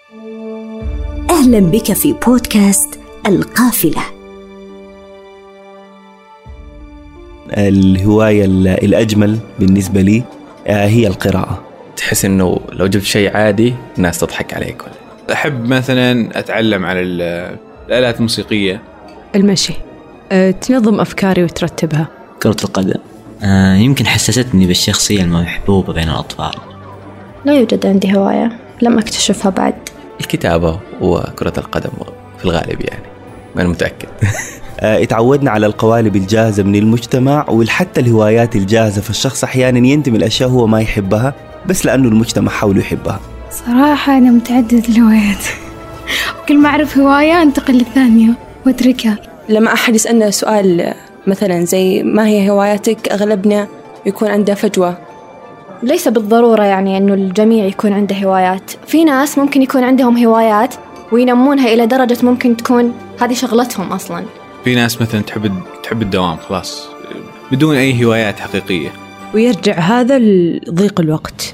أهلا بك في بودكاست القافلة. الهواية الأجمل بالنسبة لي هي القراءة. تحس إنه لو جبت شيء عادي الناس تضحك عليك. أحب مثلا أتعلم على الآلات الموسيقية. المشي، تنظم أفكاري وترتبها. كرة القدم يمكن حسستني بالشخصية المحبوبة بين الأطفال. لا يوجد عندي هواية، لم أكتشفها بعد. الكتابة وكرة القدم في الغالب يعني، ما أنا متأكد. اتعودنا على القوالب الجاهزة من المجتمع وحتى الهوايات الجاهزة، فالشخص أحيانا ينتمي الأشياء هو ما يحبها بس لأنه المجتمع حوله يحبها. صراحة أنا متعدد الهوايات، وكل ما أعرف هواية أنتقل للثانية وأتركها. لما أحد يسألنا سؤال مثلا زي ما هي هواياتك، أغلبنا يكون عنده فجوة. ليس بالضرورة يعني أنه الجميع يكون عنده هوايات. في ناس ممكن يكون عندهم هوايات وينمونها إلى درجة ممكن تكون هذه شغلتهم أصلا. في ناس مثلا تحب الدوام خلاص بدون أي هوايات حقيقية، ويرجع هذا لضيق الوقت.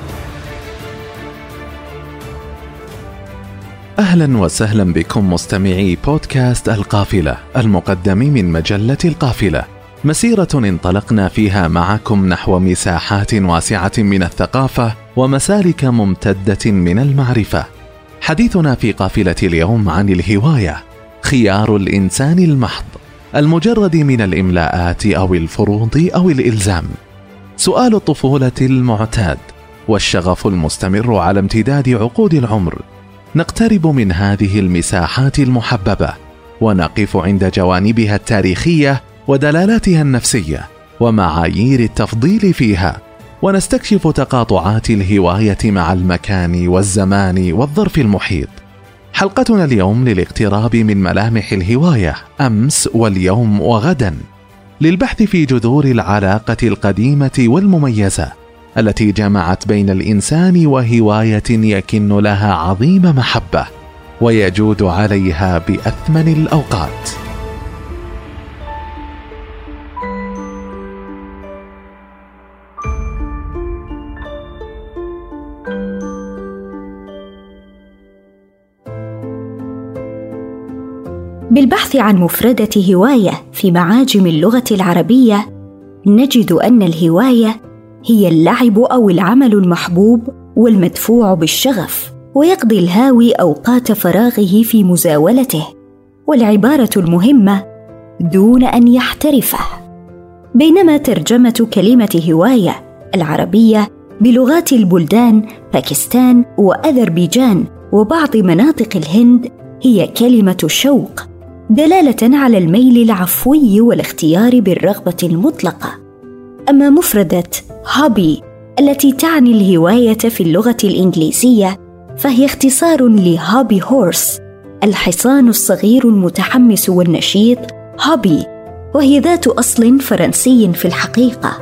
أهلا وسهلا بكم مستمعي بودكاست القافلة المقدم من مجلة القافلة، مسيرة انطلقنا فيها معكم نحو مساحات واسعة من الثقافة ومسالك ممتدة من المعرفة. حديثنا في قافلة اليوم عن الهواية، خيار الإنسان المحض المجرد من الإملاءات أو الفروض أو الإلزام، سؤال الطفولة المعتاد والشغف المستمر على امتداد عقود العمر. نقترب من هذه المساحات المحببة ونقف عند جوانبها التاريخية ودلالاتها النفسية ومعايير التفضيل فيها، ونستكشف تقاطعات الهواية مع المكان والزمان والظرف المحيط. حلقتنا اليوم للاقتراب من ملامح الهواية أمس واليوم وغدا، للبحث في جذور العلاقة القديمة والمميزة التي جمعت بين الإنسان وهواية يكن لها عظيم محبة ويجود عليها بأثمن الأوقات. بالبحث عن مفردة هواية في معاجم اللغة العربية، نجد أن الهواية هي اللعب أو العمل المحبوب والمدفوع بالشغف، ويقضي الهاوي أوقات فراغه في مزاولته، والعبارة المهمة دون أن يحترفه. بينما ترجمة كلمة هواية العربية بلغات البلدان باكستان وأذربيجان وبعض مناطق الهند هي كلمة شوق، دلالة على الميل العفوي والاختيار بالرغبة المطلقة. أما مفردة هوبي التي تعني الهواية في اللغة الإنجليزية فهي اختصار لهوبي هورس، الحصان الصغير المتحمس والنشيط هوبي، وهي ذات أصل فرنسي في الحقيقة.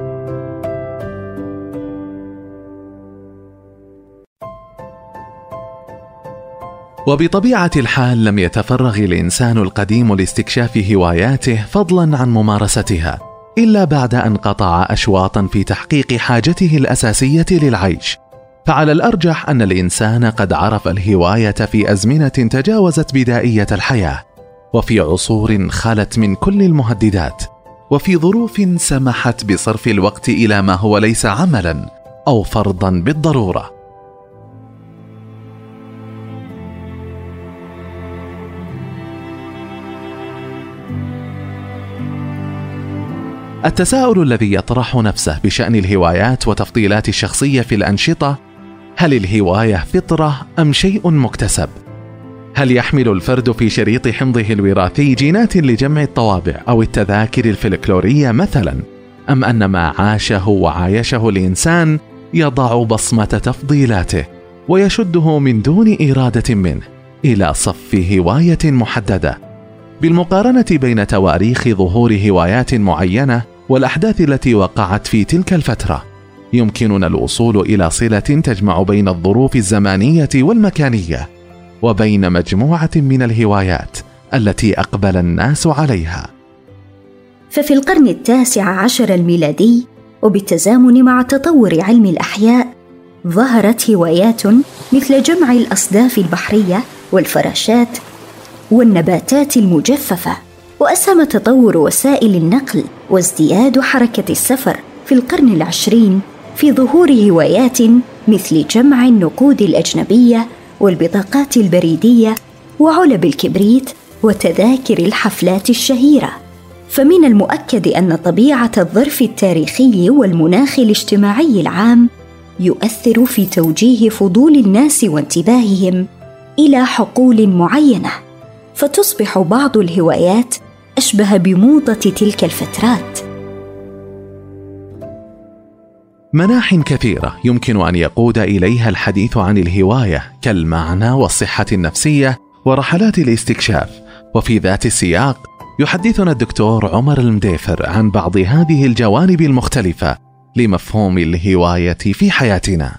وبطبيعة الحال لم يتفرغ الإنسان القديم لاستكشاف هواياته فضلا عن ممارستها إلا بعد أن قطع أشواطا في تحقيق حاجته الأساسية للعيش. فعلى الأرجح أن الإنسان قد عرف الهواية في أزمنة تجاوزت بدائية الحياة، وفي عصور خلت من كل المهددات، وفي ظروف سمحت بصرف الوقت إلى ما هو ليس عملا أو فرضا بالضرورة. التساؤل الذي يطرح نفسه بشأن الهوايات وتفضيلات الشخصية في الأنشطة: هل الهواية فطرة أم شيء مكتسب؟ هل يحمل الفرد في شريط حمضه الوراثي جينات لجمع الطوابع أو التذاكر الفلكلورية مثلا، أم أن ما عاشه وعايشه الإنسان يضع بصمة تفضيلاته ويشده من دون إرادة منه إلى صف هواية محددة؟ بالمقارنة بين تواريخ ظهور هوايات معينة والأحداث التي وقعت في تلك الفترة، يمكننا الوصول إلى صلة تجمع بين الظروف الزمانية والمكانية وبين مجموعة من الهوايات التي أقبل الناس عليها. ففي القرن 19 الميلادي، وبالتزامن مع تطور علم الأحياء، ظهرت هوايات مثل جمع الأصداف البحرية والفراشات والنباتات المجففة. وأسهم تطور وسائل النقل وازدياد حركة السفر في القرن 20 في ظهور هوايات مثل جمع النقود الأجنبية والبطاقات البريدية وعلب الكبريت وتذاكر الحفلات الشهيرة. فمن المؤكد أن طبيعة الظرف التاريخي والمناخ الاجتماعي العام يؤثر في توجيه فضول الناس وانتباههم إلى حقول معينة، فتصبح بعض الهوايات أشبه بموضة تلك الفترات. مناح كثيرة يمكن أن يقود إليها الحديث عن الهواية كالمعنى والصحة النفسية ورحلات الاستكشاف. وفي ذات السياق يحدثنا الدكتور عمر المديفر عن بعض هذه الجوانب المختلفة لمفهوم الهواية في حياتنا.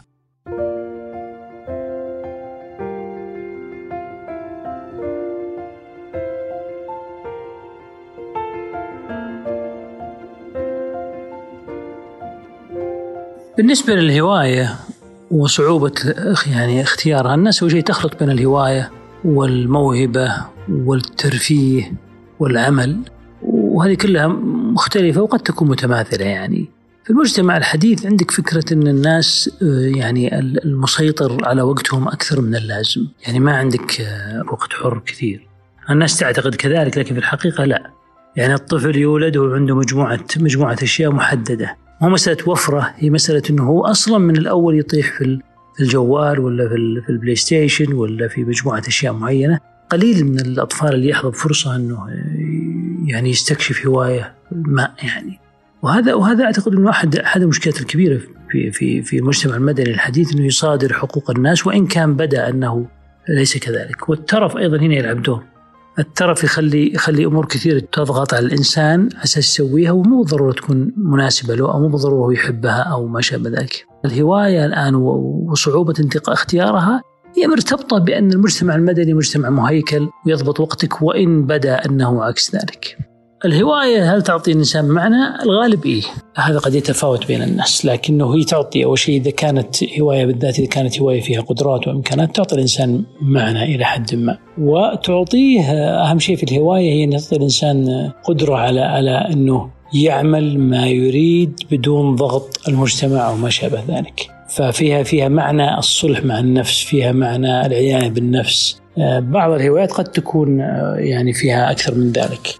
بالنسبة للهواية وصعوبة اختيارها، الناس أول شيء تخلط بين الهواية والموهبة والترفيه والعمل، وهذه كلها مختلفة وقد تكون متماثلة. في المجتمع الحديث عندك فكرة أن الناس المسيطر على وقتهم أكثر من اللازم، ما عندك وقت حر كثير. الناس تعتقد كذلك، لكن في الحقيقة لا. الطفل يولد وعنده مجموعة أشياء محددة، مو مسألة وفرة، هي مسألة أنه هو أصلا من الأول يطيح في الجوال ولا في البلاي ستيشن ولا في مجموعة أشياء معينة. قليل من الأطفال اللي يحظى بفرصة أنه يستكشف هواية ما. وهذا أعتقد أنه أحد المشكلات الكبيرة في المجتمع المدني الحديث، أنه يصادر حقوق الناس وإن كان بدأ أنه ليس كذلك. والترف أيضا هنا يلعب دور. الترف يخلي أمور كثيرة تضغط على الإنسان أساس يسويها، ومو ضرورة تكون مناسبة له أو مو ضرورة يحبها أو ما شابه ذلك. الهواية الآن وصعوبة اختيارها هي مرتبطة بأن المجتمع المدني مجتمع مهيكل ويضبط وقتك، وإن بدأ أنه عكس ذلك. الهواية هل تعطي الإنسان معنى؟ الغالب إيه، هذا قد يتفاوت بين الناس، لكنه هي تعطي أول شيء إذا كانت هواية، بالذات إذا كانت هواية فيها قدرات وإمكانات، تعطي الإنسان معنى إلى حد ما. وتعطيه أهم شيء في الهواية هي أن تعطي الإنسان قدرة على أنه يعمل ما يريد بدون ضغط المجتمع أو ما شابه ذلك. ففيها معنى الصلح مع النفس، فيها معنى العناية بالنفس. بعض الهوايات قد تكون فيها أكثر من ذلك.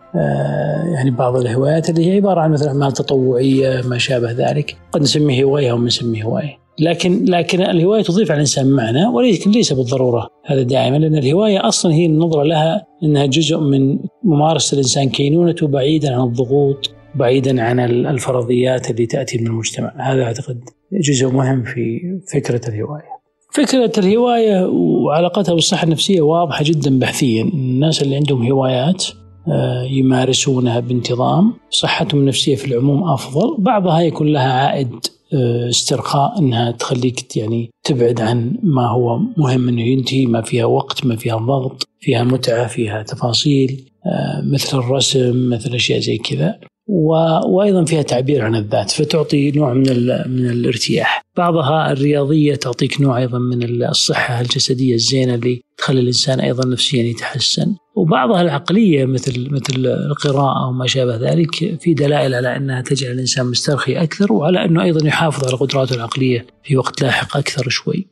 بعض الهوايات اللي هي عبارة عن مثل أعمال تطوعية ما شابه ذلك قد نسميه هواية أو ما نسميه هواية. لكن الهواية تضيف على الإنسان معنى، ولكن ليس بالضرورة هذا دائما، لأن الهواية أصلا هي النظرة لها أنها جزء من ممارسة الإنسان كينونته بعيدا عن الضغوط، بعيدا عن الفرضيات اللي تأتي من المجتمع. هذا أعتقد جزء مهم في فكرة الهواية. فكرة الهواية وعلاقتها بالصحة النفسية واضحة جدا بحثيا. الناس اللي عندهم هوايات يمارسونها بانتظام صحتهم النفسية في العموم أفضل. بعضها يكون لها عائد استرخاء، أنها تخليك تبعد عن ما هو مهم أنه ينتهي، ما فيها وقت، ما فيها ضغط، فيها متعة، فيها تفاصيل مثل الرسم، مثل أشياء زي كذا. وأيضا فيها تعبير عن الذات، فتعطي نوع من الارتياح. بعضها الرياضية تعطيك نوع أيضا من الصحة الجسدية الزينة اللي تخلي الإنسان أيضا نفسيا يتحسن. وبعضها العقلية مثل القراءة وما شابه ذلك، في دلائل على أنها تجعل الإنسان مسترخي أكثر، وعلى أنه أيضا يحافظ على قدراته العقلية في وقت لاحق أكثر شوي.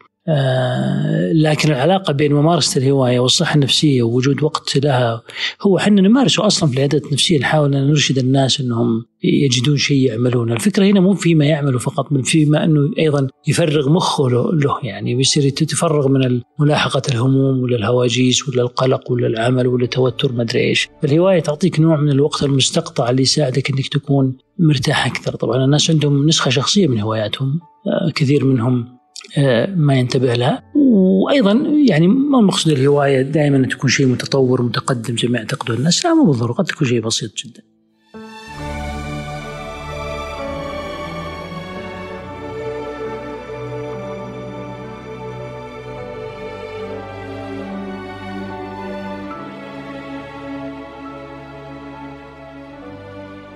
لكن العلاقة بين ممارسة الهواية والصحة النفسية ووجود وقت لها هو حنا نمارسه أصلا في العيادات النفسية. نحاول أن نرشد الناس أنهم يجدون شيء يعملونه. الفكرة هنا مو فيما يعمله فقط، من فيما أنه أيضا يفرغ مخه له، بيصير يتفرغ من ملاحقة الهموم ولا الهواجيس ولا القلق ولا العمل ولا توتر ما أدري إيش. فالهواية تعطيك نوع من الوقت المستقطع اللي يساعدك أنك تكون مرتاح أكثر. طبعا الناس عندهم نسخة شخصية من هواياتهم، كثير منهم ما ينتبه لها. وأيضا ما مقصود الهواية دائما أن تكون شيء متطور متقدم زي ما يعتقده الناس، لا، مو بالضرورة، قد تكون شيء بسيط جدا.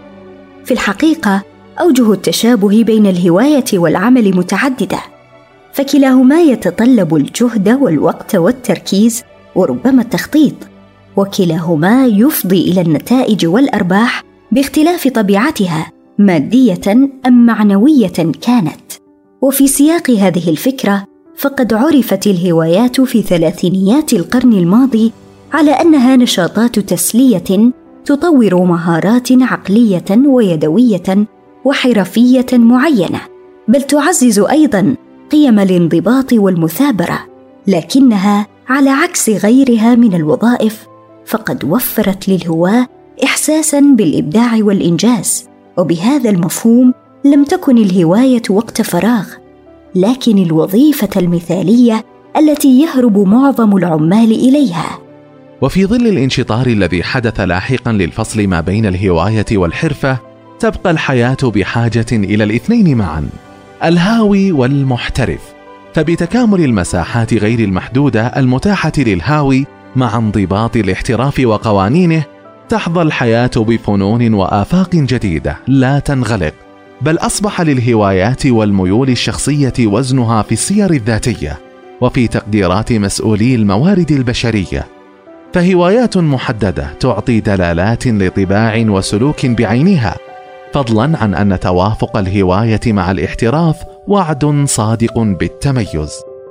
في الحقيقة أوجه التشابه بين الهواية والعمل متعددة، فكلاهما يتطلب الجهد والوقت والتركيز وربما التخطيط، وكلاهما يفضي إلى النتائج والأرباح باختلاف طبيعتها مادية أم معنوية كانت. وفي سياق هذه الفكرة فقد عرفت الهوايات في ثلاثينيات القرن الماضي على أنها نشاطات تسلية تطور مهارات عقلية ويدوية وحرفية معينة، بل تعزز أيضاً قيم الانضباط والمثابرة، لكنها على عكس غيرها من الوظائف فقد وفرت للهواة إحساساً بالإبداع والإنجاز. وبهذا المفهوم لم تكن الهواية وقت فراغ، لكن الوظيفة المثالية التي يهرب معظم العمال إليها. وفي ظل الانشطار الذي حدث لاحقا للفصل ما بين الهواية والحرفة، تبقى الحياة بحاجة إلى الاثنين معا، الهاوي والمحترف. فبتكامل المساحات غير المحدودة المتاحة للهاوي مع انضباط الاحتراف وقوانينه، تحظى الحياة بفنون وآفاق جديدة لا تنغلق، بل أصبح للهوايات والميول الشخصية وزنها في السير الذاتية وفي تقديرات مسؤولي الموارد البشرية. فهوايات محددة تعطي دلالات لطباع وسلوك بعينها، فضلا عن أن توافق الهواية مع الاحتراف وعد صادق بالتميز.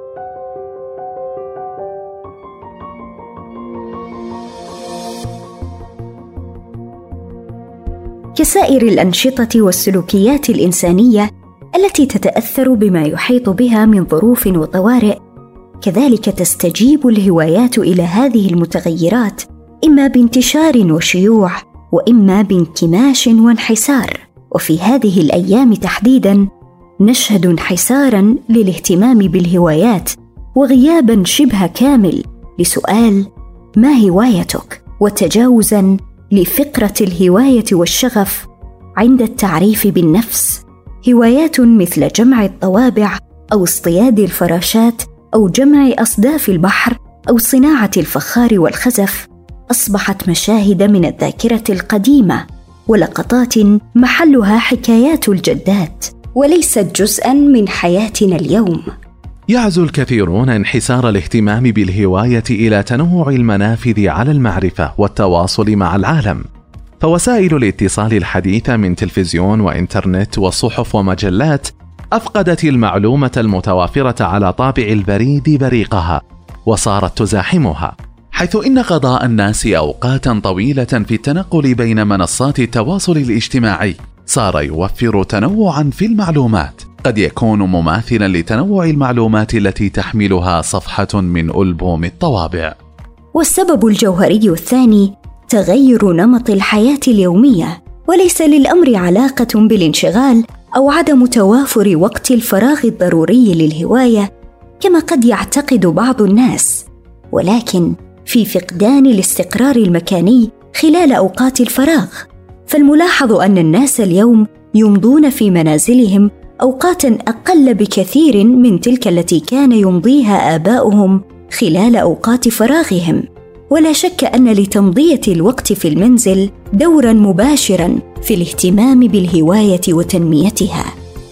كسائر الأنشطة والسلوكيات الإنسانية التي تتأثر بما يحيط بها من ظروف وطوارئ، كذلك تستجيب الهوايات إلى هذه المتغيرات إما بانتشار وشيوع وإما بانكماش وانحسار. وفي هذه الأيام تحديداً نشهد انحساراً للاهتمام بالهوايات وغياباً شبه كامل لسؤال ما هوايتك، وتجاوزاً لفقرة الهواية والشغف عند التعريف بالنفس. هوايات مثل جمع الطوابع أو اصطياد الفراشات أو جمع أصداف البحر أو صناعة الفخار والخزف أصبحت مشاهد من الذاكرة القديمة ولقطات محلها حكايات الجدات وليست جزءاً من حياتنا اليوم. يعزو الكثيرون انحسار الاهتمام بالهواية إلى تنوع المنافذ على المعرفة والتواصل مع العالم، فوسائل الاتصال الحديثة من تلفزيون وإنترنت وصحف ومجلات أفقدت المعلومة المتوافرة على طابع البريد بريقها وصارت تزاحمها، حيث إن قضاء الناس أوقاتا طويلة في التنقل بين منصات التواصل الاجتماعي صار يوفر تنوعا في المعلومات قد يكون مماثلا لتنوع المعلومات التي تحملها صفحة من ألبوم الطوابع. والسبب الجوهري الثاني تغير نمط الحياة اليومية، وليس للأمر علاقة بالانشغال أو عدم توافر وقت الفراغ الضروري للهواية كما قد يعتقد بعض الناس، ولكن في فقدان الاستقرار المكاني خلال أوقات الفراغ. فالملاحظ أن الناس اليوم يمضون في منازلهم أوقاتاً أقل بكثير من تلك التي كان يمضيها آباؤهم خلال أوقات فراغهم. ولا شك أن لتمضية الوقت في المنزل دوراً مباشراً في الاهتمام بالهواية وتنميتها.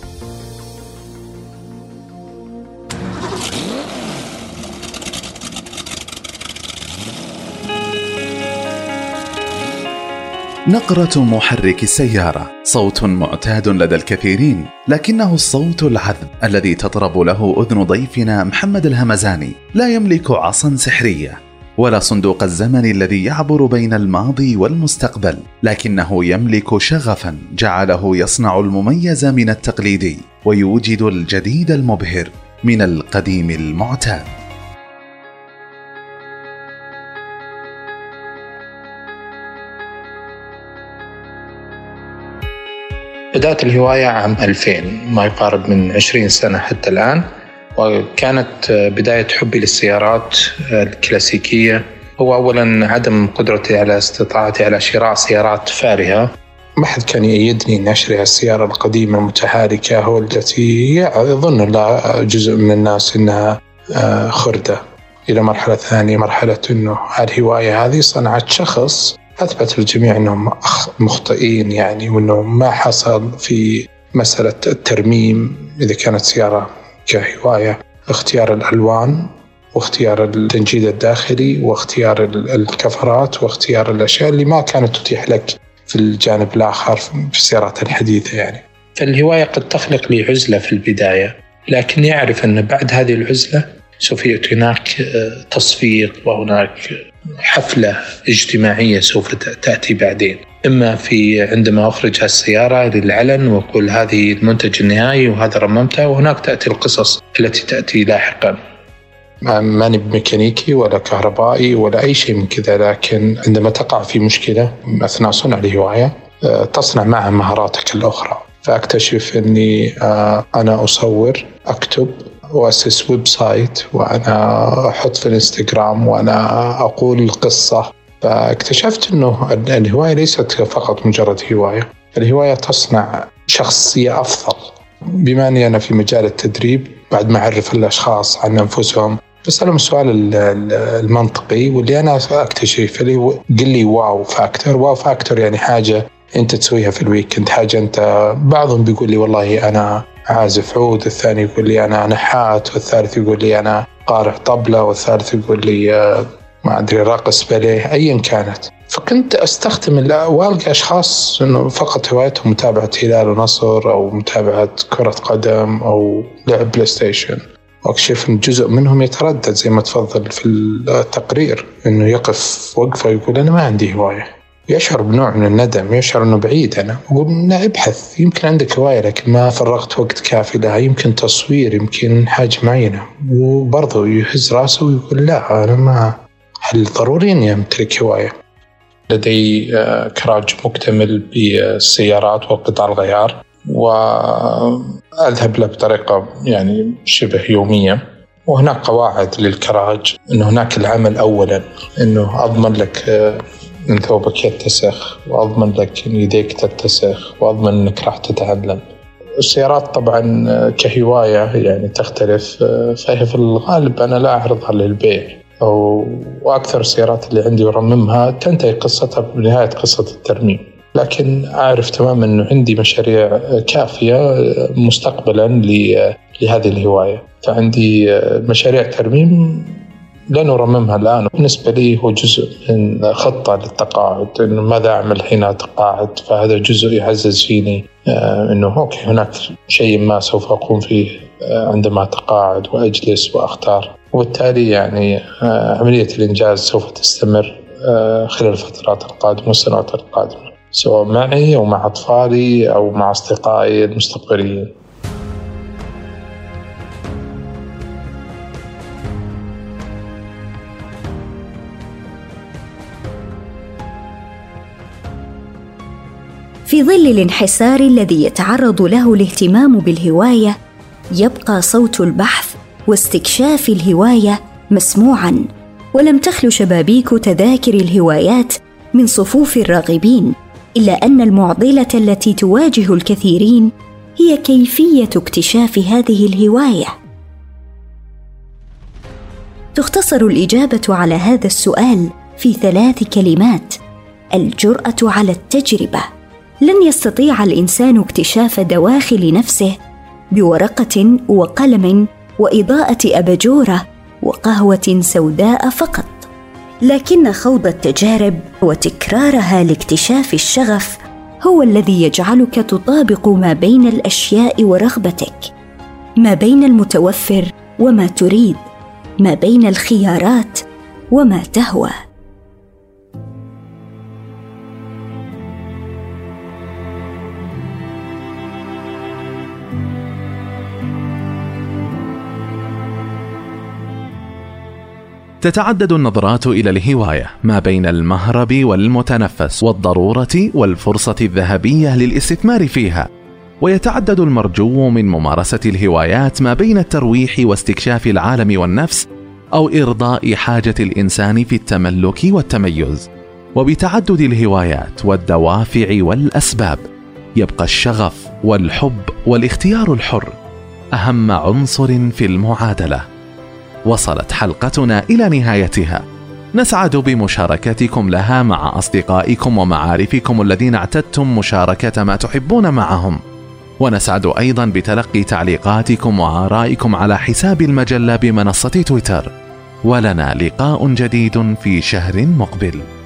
نقرة محرك السيارة صوت معتاد لدى الكثيرين، لكنه الصوت العذب الذي تطرب له أذن ضيفنا محمد الهمزاني لا يملك عصا سحرية ولا صندوق الزمن الذي يعبر بين الماضي والمستقبل، لكنه يملك شغفا جعله يصنع المميز من التقليدي ويوجد الجديد المبهر من القديم المعتاد. بدأت الهواية عام 2000، ما يقارب من 20 سنة حتى الآن، وكانت بداية حبي للسيارات الكلاسيكية. هو أولاً عدم قدرتي على استطاعتي على شراء سيارات فارهة، ما حد كان يأيدني أن أشتري السيارة القديمة المتحركة هو التي يظن جزء من الناس أنها خردة. إلى مرحلة ثانية، مرحلة أنه الهواية هذه صنعت شخص أثبت للجميع أنهم مخطئين يعني، وأنه ما حصل في مسألة الترميم إذا كانت سيارة كهواية اختيار الألوان واختيار التنجيد الداخلي واختيار الكفرات واختيار الأشياء اللي ما كانت تتيح لك في الجانب الآخر في السيارات الحديثة يعني. فالهواية قد تخلق لي عزلة في البداية، لكن يعرف أن بعد هذه العزلة سوف يأتي هناك تصفيق وهناك حفلة اجتماعية سوف تأتي بعدين، إما في عندما أخرج هالسيارة للعلن وأقول هذه المنتج النهائي وهذا رممته، وهناك تأتي القصص التي تأتي لاحقا. ماني بميكانيكي ولا كهربائي ولا أي شيء من كذا، لكن عندما تقع في مشكلة أثناء صنع الهواية تصنع معها مهاراتك الأخرى. فأكتشف أني أنا أصور، أكتب، وأسس ويب سايت، وأنا أحط في الانستغرام، وأنا أقول القصة. فاكتشفت أنه الهواية ليست فقط مجرد هواية، الهواية تصنع شخصية أفضل. بما أني أنا في مجال التدريب، بعد ما أعرف الأشخاص عن أنفسهم بسألهم السؤال المنطقي واللي أنا أكتشف اللي قل لي واو فاكتور. واو فاكتور يعني حاجة أنت تسويها في الويكند، حاجة أنت، بعضهم بيقول لي والله أنا عازف عود، الثاني يقول لي أنا نحات، والثالث يقول لي أنا قارئ طبلة، والثالث يقول لي ما أدري راقص باليه، أيا كانت. فكنت أستخدم والقى أشخاص إنه فقط هوايتهم متابعة هلال ونصر أو متابعة كرة قدم أو لعب بلاي ستيشن، وأكشف إن جزء منهم يتردد زي ما تفضل في التقرير، إنه يقف وقفة يقول أنا ما عندي هواية، يشعر بنوع من الندم، يشعر إنه بعيد. أنا أقول لا، ابحث، يمكن عندك هواية لكن ما فرغت وقت كافي لها، يمكن تصوير، يمكن حاجة معينة. وبرضه يهز راسه ويقول لا، أنا ما، هل ضروري إني أمتلك هواية؟ لدي كراج مكتمل بالسيارات وقطع الغيار، وأذهب له بطريقة يعني شبه يومية. وهناك قواعد للكراج، إنه هناك العمل أولا، إنه أضمن لك إن ثوبك يتسخ، وأضمن لك إن يديك تتسخ، وأضمن إنك راح تتعلم. السيارات طبعا كهواية يعني تختلف، فهي في الغالب أنا لا أعرضها للبيع، وأكثر السيارات اللي عندي ورممها تنتهي قصتها بنهاية قصة الترميم. لكن أعرف تماما أنه عندي مشاريع كافية مستقبلا لهذه الهواية، فعندي مشاريع ترميم لا نرممها الآن. بالنسبة لي هو جزء من خطة للتقاعد، إنه ماذا أعمل حين أتقاعد، فهذا جزء يعزز فيني إنه أوكي هناك شيء ما سوف أقوم فيه عندما أتقاعد وأجلس وأختار. وبالتالي يعني عملية الإنجاز سوف تستمر خلال الفترات القادمة والسنوات القادمة، سواء معي أو مع أطفالي أو مع أصدقائي المستقبليين. في ظل الانحسار الذي يتعرض له الاهتمام بالهواية، يبقى صوت البحث واستكشاف الهواية مسموعاً، ولم تخلو شبابيك تذاكر الهوايات من صفوف الراغبين. إلا أن المعضلة التي تواجه الكثيرين هي كيفية اكتشاف هذه الهواية. تختصر الإجابة على هذا السؤال في 3 كلمات: الجرأة على التجربة. لن يستطيع الإنسان اكتشاف دواخل نفسه بورقة وقلم وإضاءة أباجورة وقهوة سوداء فقط، لكن خوض التجارب وتكرارها لاكتشاف الشغف هو الذي يجعلك تطابق ما بين الأشياء ورغبتك، ما بين المتوفر وما تريد، ما بين الخيارات وما تهوى. تتعدد النظرات إلى الهواية ما بين المهرب والمتنفس والضرورة والفرصة الذهبية للاستثمار فيها، ويتعدد المرجو من ممارسة الهوايات ما بين الترويح واستكشاف العالم والنفس أو إرضاء حاجة الإنسان في التملك والتميز. وبتعدد الهوايات والدوافع والأسباب يبقى الشغف والحب والاختيار الحر أهم عنصر في المعادلة. وصلت حلقتنا إلى نهايتها، نسعد بمشاركتكم لها مع أصدقائكم ومعارفكم الذين اعتدتم مشاركة ما تحبون معهم. ونسعد أيضا بتلقي تعليقاتكم وآرائكم على حساب المجلة بمنصة تويتر. ولنا لقاء جديد في شهر مقبل.